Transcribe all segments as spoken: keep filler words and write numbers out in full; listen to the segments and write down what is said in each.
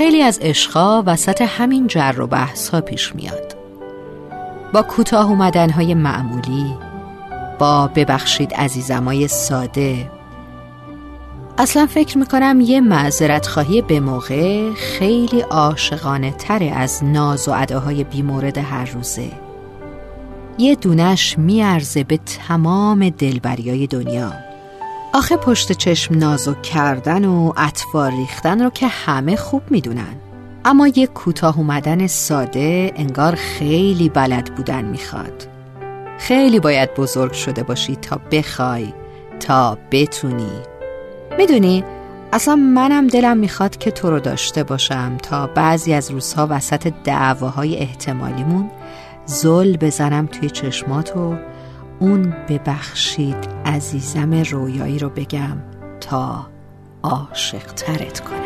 خیلی از عشقا وسط همین جر و بحث ها پیش میاد، با کوتاه اومدن های معمولی، با ببخشید عزیزمای ساده. اصلا فکر میکنم یه معذرت خواهی به موقع خیلی عاشقانه تره از ناز و اداهای بی مورد هر روزه. یه دونش میارزه به تمام دلبریای دنیا. آخه پشت چشم نازک کردن و اطفال ریختن رو که همه خوب میدونن، اما یه کوتاه اومدن ساده انگار خیلی بلد بودن میخواد. خیلی باید بزرگ شده باشی تا بخوای، تا بتونی. میدونی اصلا منم دلم میخواد که تو رو داشته باشم تا بعضی از روزها وسط دعواهای احتمالیمون زل بزنم توی چشماتو، اون ببخشید عزیزم رویایی رو بگم تا عاشق ترت کنم.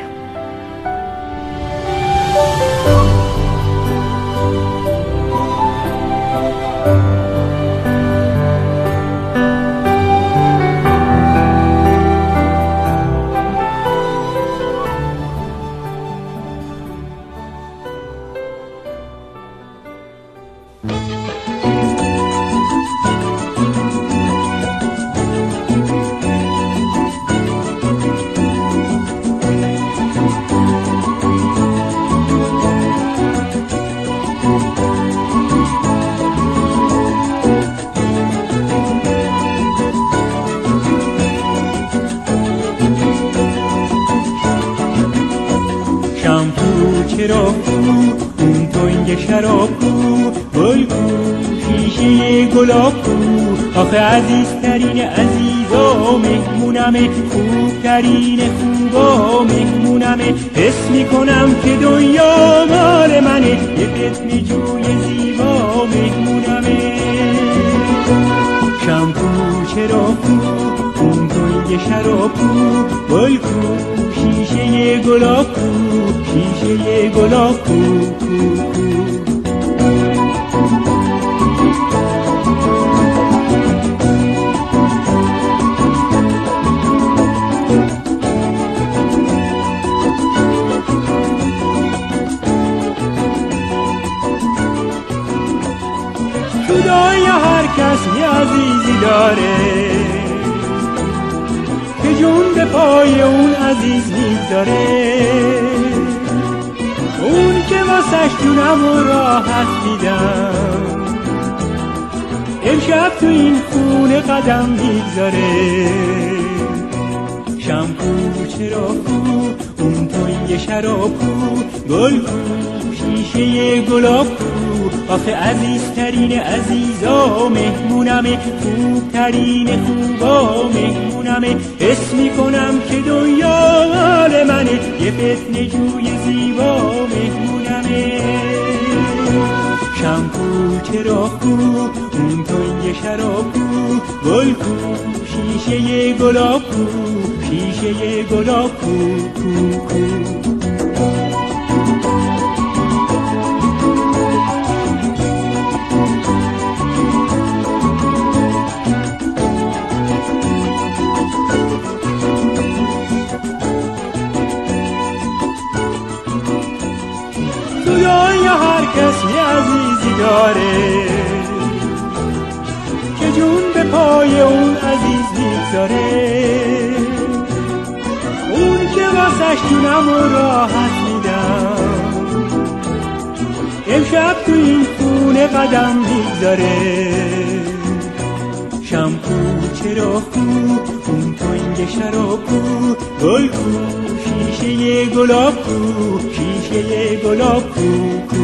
چرا کو اون تنگ شراب کو گل کو شیشه گلاب کو آخه عزیزترین عزیزا مهمونمه خوبترین خوبا مهمونمه حس میکنم که دنیا مال منه یه فتنه جوی زیبا مهمونمه شمپو چرا کو اون تنگ شراب کو گل کو شیشه گلاب کو شیشه گلاب کو کو کو خدای هر کس یه عزیزی داره که جون به پای اون عزیز میگذاره، اون که واسش جونم و راحت میدم امشب تو این خونه قدم میگذاره. شمپو چرا کو اون توی شراب کو گل کو شیشه گلاب کو آخه عزیزترین عزیزا مهمونمه خوبترین خوبا مهمونمه حس میکنم که دنیا مال منه یه فتنه جوی زیبا مهمونمه. شمپو چرا کو اون توی شراب کو گل کو شیشه گلاب کو شیشه گلاب کو کو کو دنیا هر کس یه عزیزی داره که جون به پای اون عزیز میگذاره، اون که واسش جونم و راحت میدم امشب تو این خونه قدم میگذاره. شمپو چرا کو اون تنگ شراب کو گل کو شیشه گلاب کو شیشه گلاب کو